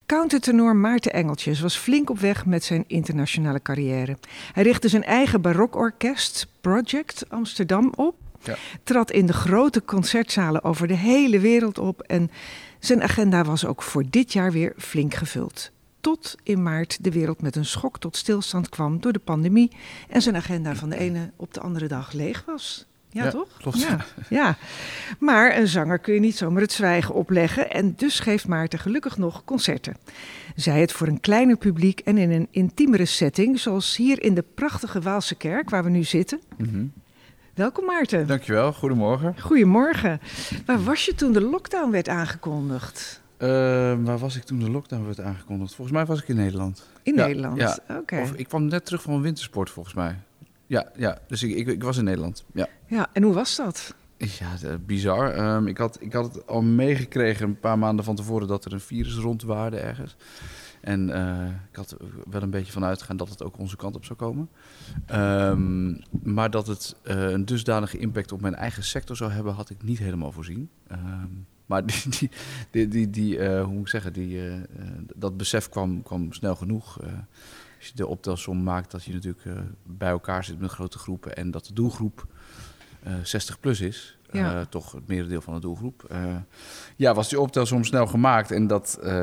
Countertenor Maarten Engeltjes was flink op weg met zijn internationale carrière. Hij richtte zijn eigen barokorkest Project Amsterdam op. Ja. Trad in de grote concertzalen over de hele wereld op. En zijn agenda was ook voor dit jaar weer flink gevuld. Tot in maart de wereld met een schok tot stilstand kwam door de pandemie. En zijn agenda van de ene op de andere dag leeg was. Ja, toch? Klopt. Ja. Maar een zanger kun je niet zomaar het zwijgen opleggen. En dus geeft Maarten gelukkig nog concerten. Zij het voor een kleiner publiek en in een intiemere setting. Zoals hier in de prachtige Waalse kerk waar we nu zitten. Mm-hmm. Welkom Maarten. Dankjewel, goedemorgen. Goedemorgen. Waar was je toen de lockdown werd aangekondigd? Waar was ik toen de lockdown werd aangekondigd? Volgens mij was ik in Nederland. In Nederland? Ja. Oké. Of ik kwam net terug van een wintersport volgens mij. Ja. Dus ik was in Nederland. Ja, en hoe was dat? Ja, bizar. Ik had het al meegekregen een paar maanden van tevoren dat er een virus rondwaarde ergens. En ik had er wel een beetje van uitgegaan dat het ook onze kant op zou komen. Maar dat het een dusdanige impact op mijn eigen sector zou hebben, had ik niet helemaal voorzien. Maar hoe moet ik zeggen, dat besef kwam snel genoeg. Als je de optelsom maakt dat je natuurlijk bij elkaar zit met grote groepen en dat de doelgroep 60 plus is, toch het merendeel van de doelgroep. Was die optelsom snel gemaakt en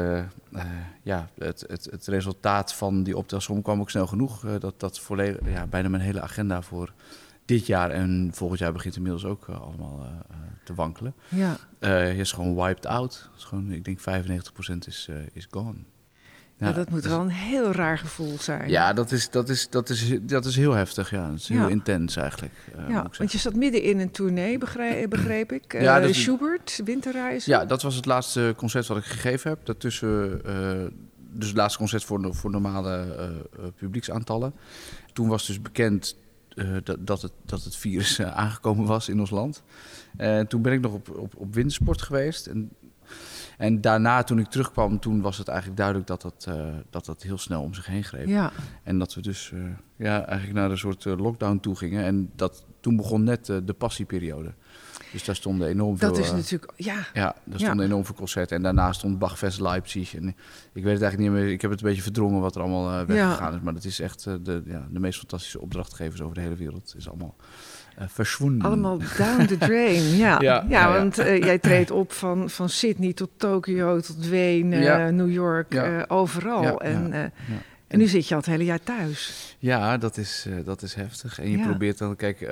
het resultaat van die optelsom kwam ook snel genoeg. Dat volledig, bijna mijn hele agenda voor dit jaar en volgend jaar begint inmiddels ook allemaal te wankelen. Ja. Is gewoon wiped out. Is gewoon, ik denk 95% is gone. Ja, dat moet wel een heel raar gevoel zijn. Ja, dat is heel heftig. Ja, dat is heel intens eigenlijk. Want je zat midden in een tournee, begreep ik. Schubert, Winterreizen. Ja, dat was het laatste concert wat ik gegeven heb. Daartussen, dus het laatste concert voor normale publieksaantallen. Toen was dus bekend dat het virus aangekomen was in ons land. Toen ben ik nog op wintersport geweest. En daarna, toen ik terugkwam, toen was het eigenlijk duidelijk dat heel snel om zich heen greep. Ja. En dat we dus eigenlijk naar een soort lockdown toe gingen. En toen begon net de passieperiode. Dus daar stonden enorm veel... Dat is natuurlijk... daar stonden enorm veel concerten. En daarna stond Bachfest Leipzig. En ik weet het eigenlijk niet meer. Ik heb het een beetje verdrongen wat er allemaal weggegaan is. Maar dat is echt de meest fantastische opdrachtgevers over de hele wereld. Het is allemaal... verschwonden. Allemaal down the drain, want jij treedt op van Sydney tot Tokio, tot Wenen, New York, overal. En nu zit je al het hele jaar thuis. Ja, dat is heftig. En je probeert dan, kijk,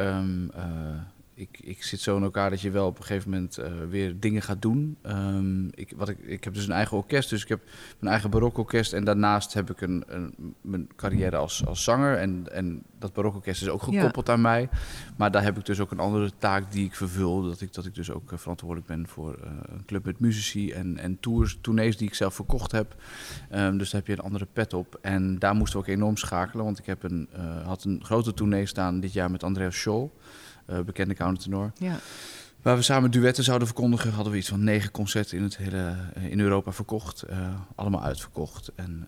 ik zit zo in elkaar dat je wel op een gegeven moment weer dingen gaat doen. Ik heb dus een eigen orkest, dus ik heb mijn eigen barokorkest. En daarnaast heb ik mijn carrière als zanger. En dat barokorkest is ook gekoppeld aan mij. Maar daar heb ik dus ook een andere taak die ik vervul. Dat ik dus ook verantwoordelijk ben voor een club met muzici en tournees die ik zelf verkocht heb. Dus daar heb je een andere pet op. En daar moesten we ook enorm schakelen. Want ik had een grote tournee staan dit jaar met Andreas Scholl. Bekende countertenor. Ja. Waar we samen duetten zouden verkondigen, hadden we iets van 9 concerten in Europa verkocht. Allemaal uitverkocht. En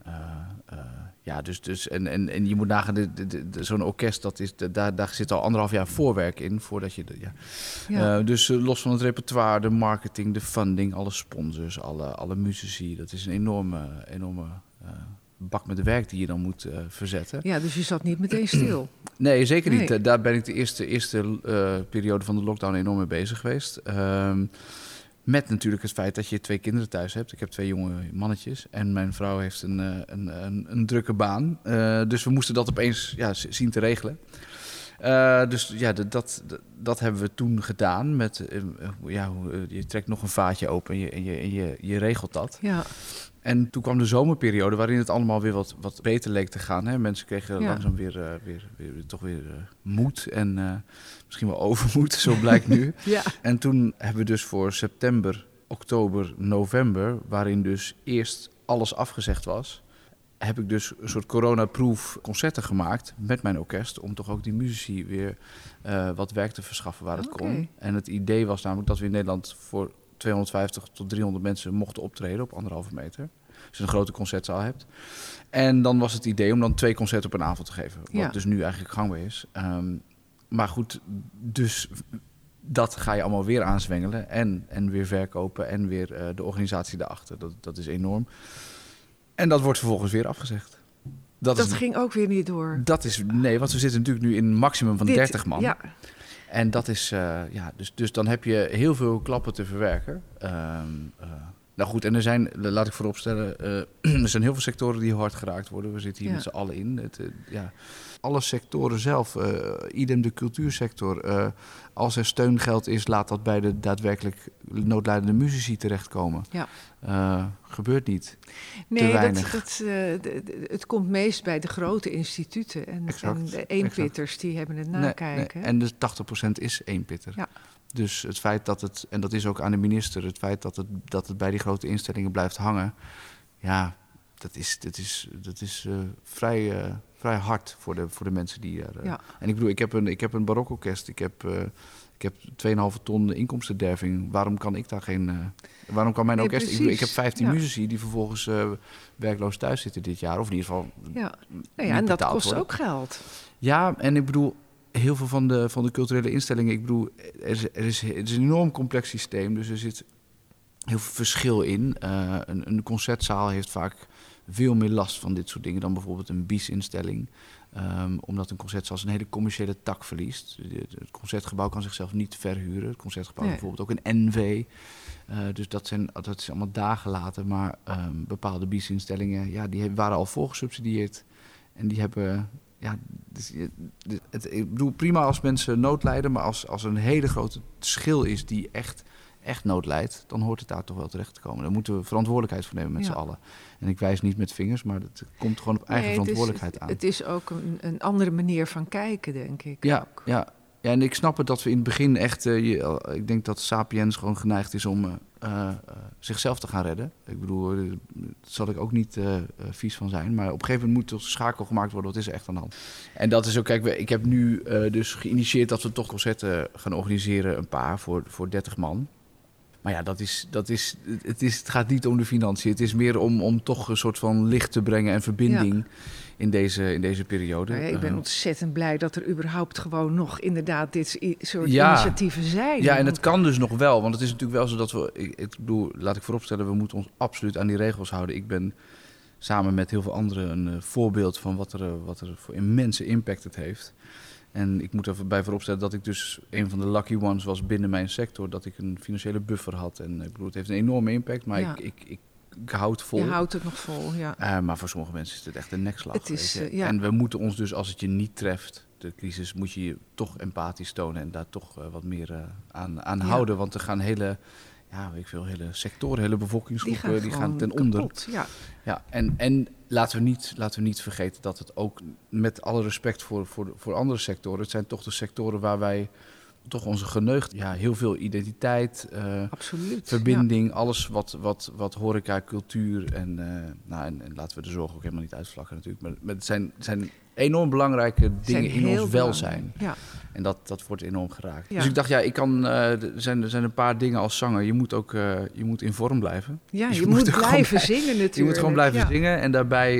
je moet nagaan, zo'n orkest, daar zit al 1,5 jaar voorwerk in voordat je. Dus los van het repertoire, de marketing, de funding, alle sponsors, alle muzici. Dat is een enorme bak met werk die je dan moet verzetten. Ja, dus je zat niet meteen stil. Nee, zeker niet. Daar ben ik de eerste periode van de lockdown enorm mee bezig geweest. Met natuurlijk het feit dat je 2 kinderen thuis hebt. Ik heb 2 jonge mannetjes en mijn vrouw heeft een drukke baan. Dus we moesten dat opeens zien te regelen. Dat hebben we toen gedaan. Je trekt nog een vaatje open en je regelt dat. Ja. En toen kwam de zomerperiode waarin het allemaal weer wat beter leek te gaan. Hè? Mensen kregen langzaam weer moed en misschien wel overmoed, zo blijkt nu. Ja. En toen hebben we dus voor september, oktober, november, waarin dus eerst alles afgezegd was, heb ik dus een soort corona-proof concerten gemaakt met mijn orkest, om toch ook die muzici weer wat werk te verschaffen waar het kon. En het idee was namelijk dat we in Nederland voor 250 tot 300 mensen mochten optreden op 1,5 meter. Als je een grote concertzaal hebt. En dan was het idee om dan 2 concerten op een avond te geven. Wat dus nu eigenlijk gangbaar is. Maar goed, dus dat ga je allemaal weer aanzwengelen. En weer verkopen en weer de organisatie daarachter. Dat is enorm. En dat wordt vervolgens weer afgezegd. Dat ging ook weer niet door. Nee, want we zitten natuurlijk nu in een maximum van 30 man. Ja. En dat is, dus dan heb je heel veel klappen te verwerken. Nou goed, en er zijn, laat ik vooropstellen, er zijn heel veel sectoren die hard geraakt worden. We zitten hier met z'n allen in. Alle sectoren zelf, idem de cultuursector. Als er steungeld is, laat dat bij de daadwerkelijk noodlijdende muzici terechtkomen. Ja. Gebeurt niet. Nee, het komt meest bij de grote instituten. En de eenpitters die hebben het nakijken. Nee. En de 80% is eenpitter. Ja. Dus het feit dat het, en dat is ook aan de minister, het feit dat het bij die grote instellingen blijft hangen, ja, dat is vrij hard voor de mensen die er. Ja. En ik bedoel, ik heb een barokorkest, ik heb 2,5 ton inkomstenderving. Waarom kan ik daar waarom kan mijn orkest? Ik bedoel, ik heb 15 muzici die vervolgens werkloos thuis zitten dit jaar, of in ieder geval. Ja, en dat kost ook geld. Ja, en ik bedoel, heel veel van de culturele instellingen, ik bedoel, het is een enorm complex systeem, dus er zit heel veel verschil in. Een concertzaal heeft vaak veel meer last van dit soort dingen dan bijvoorbeeld een BIES-instelling. Omdat een concertzaal een hele commerciële tak verliest. Het concertgebouw kan zichzelf niet verhuren. Het concertgebouw is bijvoorbeeld ook een NV. Dus dat is allemaal dagen later. Maar bepaalde BIES-instellingen, die waren al voorgesubsidieerd. En die hebben... Ja, ik bedoel, prima als mensen nood lijden, maar als er een hele grote schil is die echt nood lijdt, dan hoort het daar toch wel terecht te komen. Daar moeten we verantwoordelijkheid voor nemen met z'n allen. En ik wijs niet met vingers, maar het komt gewoon op eigen verantwoordelijkheid aan. Het is ook een andere manier van kijken, denk ik. Ja, en ik snap het dat we in het begin echt... ik denk dat Sapiens gewoon geneigd is om zichzelf te gaan redden. Ik bedoel, daar zal ik ook niet vies van zijn. Maar op een gegeven moment moet er schakel gemaakt worden. Wat is er echt aan de hand? En dat is ook... Kijk, ik heb nu dus geïnitieerd dat we toch concerten gaan organiseren. Een paar voor 30 man. Maar ja, het gaat niet om de financiën. Het is meer om toch een soort van licht te brengen en verbinding in deze periode. Ja, ik ben ontzettend blij dat er überhaupt gewoon nog inderdaad dit soort initiatieven zijn. Ja, en het kan dus nog wel. Want het is natuurlijk wel zo dat ik bedoel, laat ik vooropstellen, we moeten ons absoluut aan die regels houden. Ik ben samen met heel veel anderen een voorbeeld van wat er voor immense impact het heeft. En ik moet erbij vooropstellen dat ik dus een van de lucky ones was binnen mijn sector, dat ik een financiële buffer had. En ik bedoel, het heeft een enorme impact, maar ik houd het vol. Je houdt het nog vol, ja. Maar voor sommige mensen is het echt een nekslag. Het is, En we moeten ons dus, als het je niet treft, de crisis, moet je je toch empathisch tonen en daar toch wat meer aan houden. Want er gaan hele sectoren, hele bevolkingsgroepen, die gaan ten onder. Kapot, ja. En laten we niet vergeten dat het ook, met alle respect voor andere sectoren, het zijn toch de sectoren waar wij toch onze geneugd, heel veel identiteit, verbinding, alles wat horeca, cultuur en laten we de zorg ook helemaal niet uitvlakken natuurlijk, maar het zijn enorm belangrijke dingen in ons welzijn. Ja. En dat wordt enorm geraakt. Ja. Dus ik dacht, er zijn een paar dingen als zanger. Je moet in vorm blijven. Ja, dus je moet blijven zingen natuurlijk. Je moet gewoon blijven zingen. En daarbij,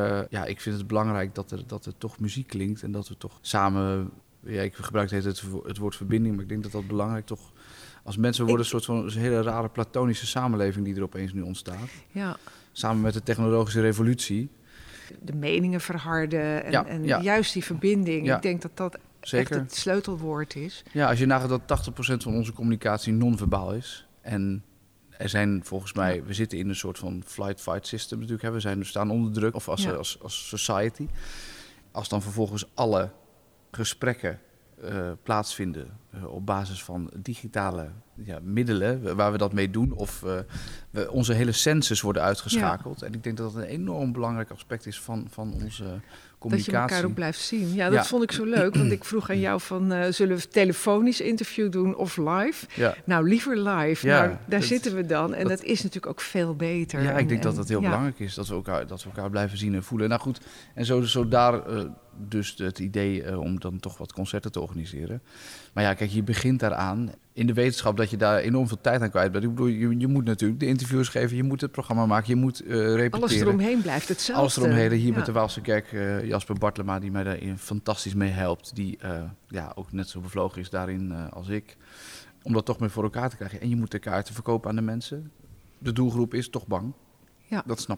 ik vind het belangrijk dat er toch muziek klinkt. En dat we toch samen... Ja, ik gebruik het woord verbinding, maar ik denk dat belangrijk toch... Als mensen worden een soort van een hele rare platonische samenleving die er opeens nu ontstaat. Ja. Samen met de technologische revolutie. De meningen verharden en juist die verbinding. Ja. Ik denk dat echt het sleutelwoord is. Ja, als je nagaat dat 80% van onze communicatie non-verbaal is. En er zijn volgens mij, we zitten in een soort van flight-fight system natuurlijk. We staan onder druk, of als society. Als dan vervolgens alle gesprekken plaatsvinden op basis van digitale middelen waar we dat mee doen, of onze hele senses worden uitgeschakeld. Ja. En ik denk dat dat een enorm belangrijk aspect is van onze communicatie. Dat je elkaar ook blijft zien. Ja, dat vond ik zo leuk, want ik vroeg aan jou van, zullen we telefonisch interview doen of live? Ja. Nou, liever live. Ja, daar zitten we dan. En dat is natuurlijk ook veel beter. Ja, ik denk dat dat heel belangrijk is, dat we elkaar blijven zien en voelen. Nou goed, en zo daar dus het idee om dan toch wat concerten te organiseren. Maar ja, kijk, je begint daaraan in de wetenschap dat je daar enorm veel tijd aan kwijt bent. Ik bedoel, je moet natuurlijk de interviews geven, je moet het programma maken, je moet repeteren. Alles eromheen blijft hetzelfde. Alles eromheen. Hier met de Waalse Kerk, Jasper Bartlema, die mij daar fantastisch mee helpt. Die ook net zo bevlogen is daarin als ik. Om dat toch meer voor elkaar te krijgen. En je moet de kaarten verkopen aan de mensen. De doelgroep is toch bang. Ja. Dat snap ik.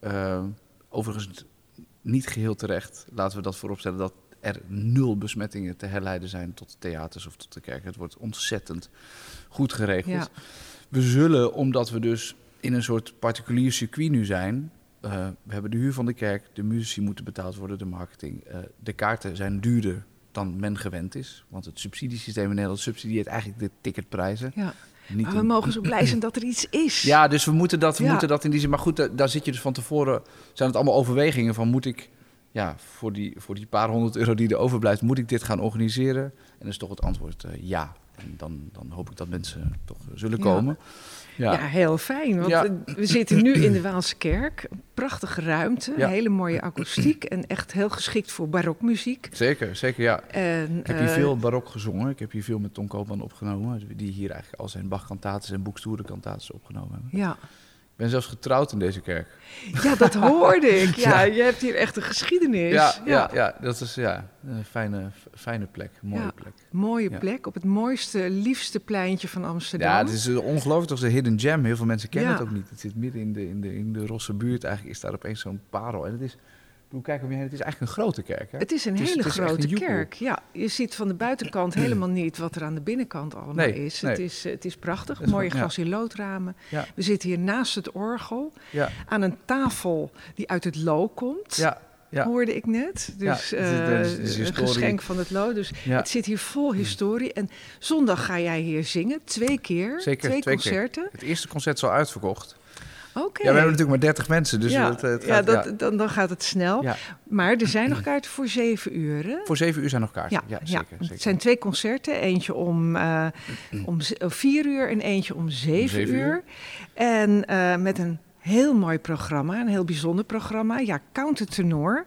Overigens niet geheel terecht. Laten we dat vooropstellen dat er 0 besmettingen te herleiden zijn tot de theaters of tot de kerk. Het wordt ontzettend goed geregeld. Ja. We zullen, omdat we dus in een soort particulier circuit nu zijn... we hebben de huur van de kerk, de muzici moeten betaald worden, de marketing. De kaarten zijn duurder dan men gewend is. Want het subsidiesysteem in Nederland subsidieert eigenlijk de ticketprijzen. Ja. Maar we mogen zo blij zijn dat er iets is. Ja, dus we moeten dat in die zin... Maar goed, daar zit je dus van tevoren... Zijn het allemaal overwegingen van moet ik... Ja, voor die paar €100 die er overblijft, moet ik dit gaan organiseren? En dan is toch het antwoord ja. En dan hoop ik dat mensen toch zullen komen. Ja, heel fijn. Want we zitten nu in de Waalse Kerk. Een prachtige ruimte, hele mooie akoestiek en echt heel geschikt voor barokmuziek. Zeker, ja. Ik heb hier veel barok gezongen. Ik heb hier veel met Ton Koopman opgenomen, die hier eigenlijk al zijn Bach-kantates en Boekstoeren-kantates opgenomen hebben. Ja. Ik ben zelfs getrouwd in deze kerk. Ja, dat hoorde ik. Ja, je hebt hier echt een geschiedenis. Ja, dat is een fijne plek, een mooie plek. Mooie plek, op het mooiste, liefste pleintje van Amsterdam. Ja, het is ongelooflijk, als een hidden gem. Heel veel mensen kennen het ook niet. Het zit midden in de Rosse buurt. Eigenlijk is daar opeens zo'n parel. En het is... Kijk om je heen, het is eigenlijk een grote kerk. Hè? Het is een hele grote kerk. Ja, je ziet van de buitenkant helemaal niet wat er aan de binnenkant allemaal is. Nee. Het is prachtig, mooie glas in loodramen. Ja. We zitten hier naast het orgel, aan een tafel die uit het Loo komt. Ja. Hoorde ik net. Dus een geschenk van het Loo. Dus het zit hier vol historie. En zondag ga jij hier zingen, 2 keer. Zeker, 2 concerten. Keer. Het eerste concert is al uitverkocht. Okay. Ja, we hebben natuurlijk maar 30 mensen, dus dan gaat het snel. Ja. Maar er zijn nog kaarten voor 7 uur, hè? Voor 7 uur zijn nog kaarten, zeker. Het zijn 2 concerten, eentje om 4 uur en eentje om 7 uur. En met een heel mooi programma, een heel bijzonder programma. Ja, countertenor.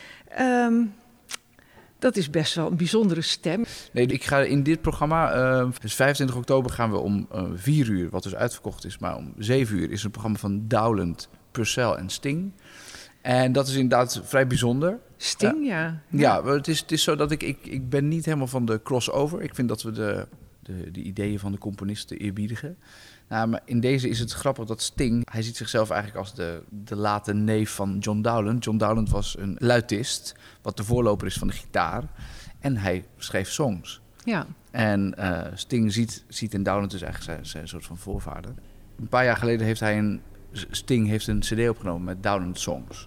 Dat is best wel een bijzondere stem. Nee, ik ga in dit programma, dus 25 oktober gaan we om 4 uur, wat dus uitverkocht is, maar om 7 uur is een programma van Dowland, Purcell en Sting. En dat is inderdaad vrij bijzonder. Sting, ja. Ja, het is zo dat ik ben niet helemaal van de crossover. Ik vind dat we de ideeën van de componisten eerbiedigen. Nou, maar in deze is het grappig dat Sting, hij ziet zichzelf eigenlijk als de late neef van John Dowland. John Dowland was een luitist, wat de voorloper is van de gitaar. En hij schreef songs. Ja. En Sting ziet in Dowland dus eigenlijk zijn soort van voorvader. Een paar jaar geleden Sting heeft een cd opgenomen met Dowland songs.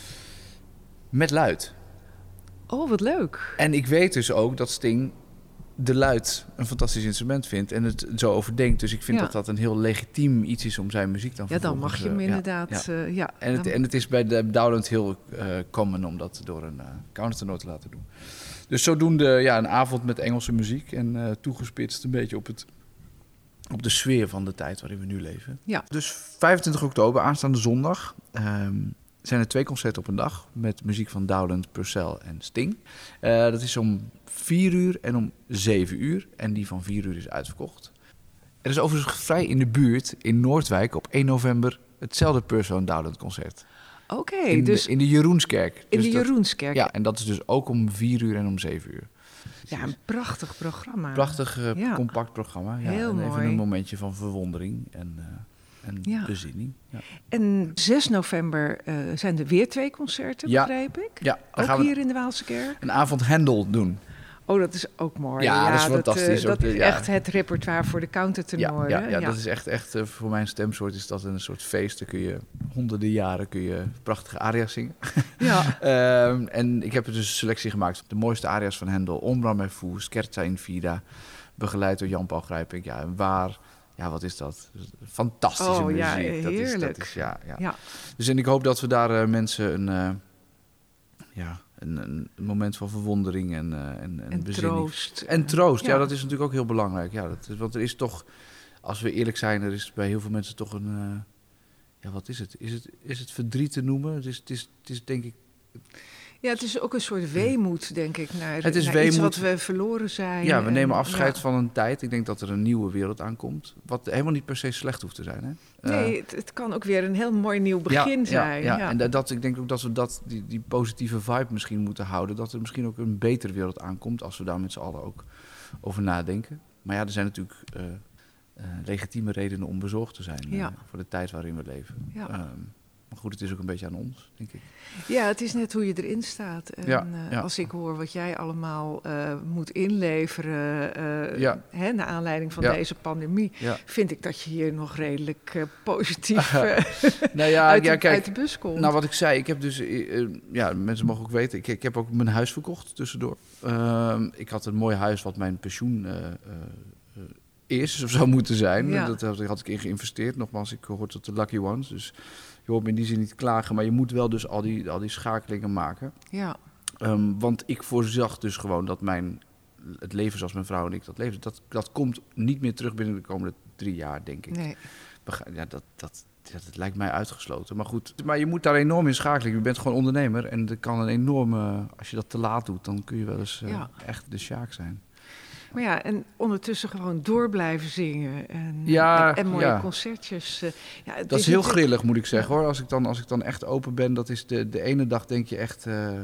Met luid. Oh, wat leuk. En ik weet dus ook dat Sting de luid een fantastisch instrument vindt en het zo overdenkt. Dus ik vind dat een heel legitiem iets is om zijn muziek dan dan mag je hem inderdaad... En het is bij de Dowland heel common om dat door een countertenor te laten doen. Dus zodoende een avond met Engelse muziek en toegespitst een beetje op de sfeer van de tijd waarin we nu leven. Ja. Dus 25 oktober, aanstaande zondag, zijn er 2 concerten op een dag met muziek van Dowland, Purcell en Sting. Dat is om 4 uur en om 7 uur. En die van 4 uur is uitverkocht. Er is overigens vrij in de buurt, in Noordwijk, op 1 november... hetzelfde Purcell en Dowland concert. Oké, dus in de Jeroenskerk. In de Jeroenskerk. Ja, en dat is dus ook om 4 uur en om 7 uur. Ja, een prachtig programma. Prachtig, compact programma. Ja, heel mooi. Even een momentje van verwondering en bezinning. Ja. En 6 november zijn er weer 2 concerten, begreep ik? Ja. Ook hier in de Waalse Kerk? Een avond Händel doen. Oh, dat is ook mooi. Ja, dat is fantastisch. Dat is echt het repertoire voor de countertenoren. Ja, dat is echt voor mijn stemsoort is dat een soort feest. Dan kun je honderden jaren prachtige aria's zingen. Ja. En ik heb dus een selectie gemaakt. De mooiste aria's van Händel. Ombra me fu, Scherza in Vida. Begeleid door Jan-Paul Grijpink. Ja, en waar... Ja, wat is dat? Fantastische muziek. Ja, heerlijk. Dat is, ja. Dus en ik hoop dat we daar mensen een moment van verwondering en bezinning. Troost. En troost, ja, dat is natuurlijk ook heel belangrijk. Ja, want er is toch, als we eerlijk zijn, er is bij heel veel mensen toch een... wat is het? Is het verdriet te noemen? Het is denk ik... Ja, het is ook een soort weemoed, denk ik, naar weemoed. Iets wat we verloren zijn. Ja, we nemen afscheid van een tijd. Ik denk dat er een nieuwe wereld aankomt. Wat helemaal niet per se slecht hoeft te zijn. Hè? Nee, het kan ook weer een heel mooi nieuw begin zijn. Ja. En ik denk ook dat we die positieve vibe misschien moeten houden. Dat er misschien ook een betere wereld aankomt als we daar met z'n allen ook over nadenken. Maar ja, er zijn natuurlijk legitieme redenen om bezorgd te zijn voor de tijd waarin we leven. Ja. Maar goed, het is ook een beetje aan ons, denk ik. Ja, het is net hoe je erin staat. En als ik hoor wat jij allemaal moet inleveren... naar aanleiding van deze pandemie... vind ik dat je hier nog redelijk positief uit de bus komt. Nou, wat ik zei, ik heb dus... mensen mogen ook weten, ik heb ook mijn huis verkocht tussendoor. Ik had een mooi huis wat mijn pensioen... is of zou moeten zijn. Ja. Dat had ik in geïnvesteerd. Nogmaals, ik hoor tot de lucky ones. Dus je hoort me in die zin niet klagen. Maar je moet wel dus al die schakelingen maken. Ja. Want ik voorzag dus gewoon dat het leven zoals mijn vrouw en ik dat leven... Dat komt niet meer terug binnen de komende 3 jaar, denk ik. Nee. Ja, dat lijkt mij uitgesloten. Maar goed, maar je moet daar enorm in schakelen. Je bent gewoon ondernemer. En er kan een enorme... Als je dat te laat doet, dan kun je wel eens echt de sjaak zijn. Maar ja, en ondertussen gewoon door blijven zingen en mooie concertjes. Dat is heel grillig, moet ik zeggen, hoor. Als ik dan echt open ben, dat is de ene dag denk je echt...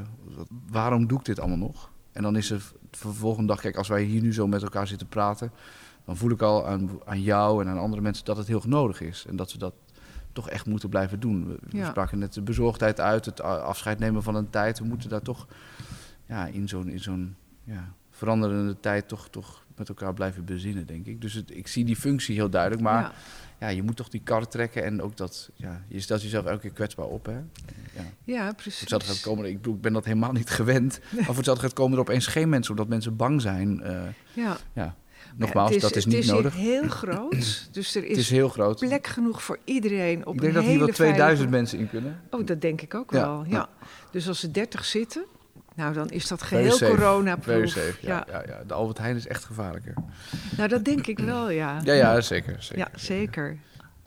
waarom doe ik dit allemaal nog? En dan is er de volgende dag... Kijk, als wij hier nu zo met elkaar zitten praten... dan voel ik al aan jou en aan andere mensen dat het heel nodig is. En dat we dat toch echt moeten blijven doen. We spraken net de bezorgdheid uit, het afscheid nemen van een tijd. We moeten daar toch in zo'n veranderende tijd toch met elkaar blijven bezinnen, denk ik. Dus ik zie die functie heel duidelijk, maar je moet toch die kar trekken en ook dat, je stelt jezelf elke keer kwetsbaar op, hè? Ja, precies. Voor hetzelfde gaat komen, ik ben dat helemaal niet gewend, maar voor hetzelfde gaat komen er opeens geen mensen, omdat mensen bang zijn. Nogmaals, dat is niet nodig. Het is heel groot, dus er is heel groot. Plek genoeg voor iedereen. Ik denk dat hier wel 2000 mensen in kunnen. Oh, dat denk ik ook wel, ja. Dus als er 30 zitten... Nou, dan is dat geheel coronaproof. Ja. De Albert Heijn is echt gevaarlijker. Nou, dat denk ik wel, ja. Ja, zeker. Ja, zeker.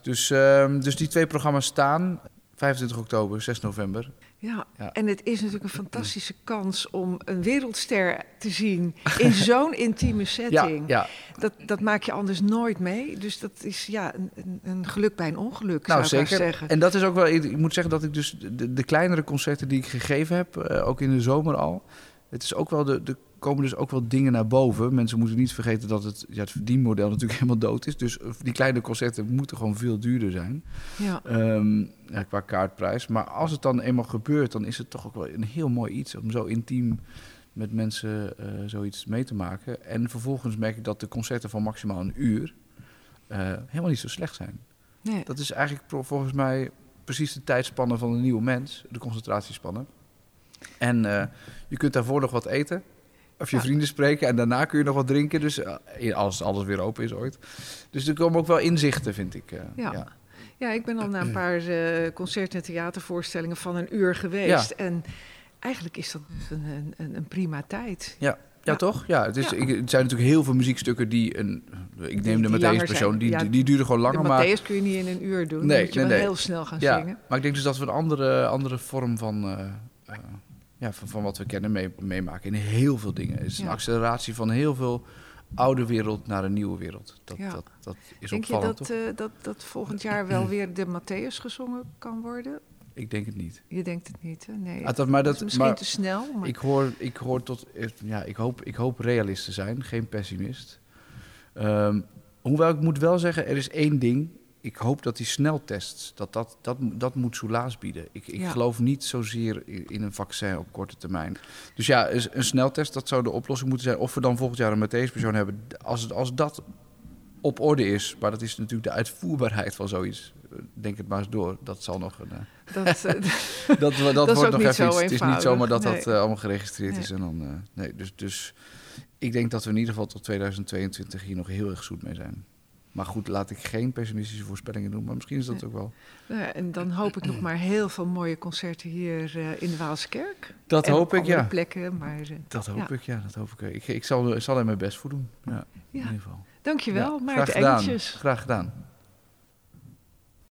Dus die 2 programma's staan, 25 oktober, 6 november. Ja, en het is natuurlijk een fantastische kans om een wereldster te zien in zo'n intieme setting. Ja. Dat maak je anders nooit mee. Dus dat is een geluk bij een ongeluk, zou ik zeggen. En dat is ook wel, ik moet zeggen dat ik dus de kleinere concerten die ik gegeven heb, ook in de zomer al, het is ook wel er komen dus ook wel dingen naar boven. Mensen moeten niet vergeten dat het verdienmodel natuurlijk helemaal dood is. Dus die kleine concerten moeten gewoon veel duurder zijn. Qua kaartprijs. Maar als het dan eenmaal gebeurt, dan is het toch ook wel een heel mooi iets om zo intiem met mensen zoiets mee te maken. En vervolgens merk ik dat de concerten van maximaal 1 uur helemaal niet zo slecht zijn. Nee. Dat is eigenlijk volgens mij precies de tijdspanne van een nieuwe mens, de concentratiespannen. En je kunt daarvoor nog wat eten. Of je vrienden spreken en daarna kun je nog wat drinken. Dus als alles weer open is ooit. Dus er komen ook wel inzichten, vind ik. Ja, ik ben al naar een paar concerten en theatervoorstellingen van 1 uur geweest. Ja. En eigenlijk is dat een prima tijd. Ja, toch? Ja, het zijn natuurlijk heel veel muziekstukken die ik neem de Matthäus-persoon, die duren gewoon langer. De Matthäus kun je niet in 1 uur doen. Dan moet je wel heel snel gaan zingen. Maar ik denk dus dat we een andere vorm van wat we kennen meemaken in heel veel dingen. Het is een acceleratie van heel veel oude wereld naar een nieuwe wereld. Dat is opvallend, toch? Denk je dat volgend jaar wel weer de Matthäus gezongen kan worden? Ik denk het niet. Je denkt het niet, hè? Nee. Dat is misschien te snel. Maar... Ik hoor tot... ik hoop realist te zijn, geen pessimist. Hoewel ik moet wel zeggen, er is 1 ding. Ik hoop dat die sneltests, dat moet soelaas bieden. Ik geloof niet zozeer in een vaccin op korte termijn. Dus een sneltest, dat zou de oplossing moeten zijn. Of we dan volgend jaar een Matthäus-persoon hebben. Als dat op orde is, maar dat is natuurlijk de uitvoerbaarheid van zoiets. Denk het maar eens door. Dat zal nog een... dat wordt nog even iets. Het is niet zomaar dat dat allemaal geregistreerd is. En dan, dus ik denk dat we in ieder geval tot 2022 hier nog heel erg zoet mee zijn. Maar goed, laat ik geen pessimistische voorspellingen doen, maar misschien is dat ook wel. En dan hoop ik nog maar heel veel mooie concerten hier in de Waalskerk. Dat hoop ik, ja. Plekken, maar, dat hoop ik. Ik zal er mijn best voor doen. Ja. In ieder geval. Dankjewel, Maarten Engelsjes. Graag gedaan.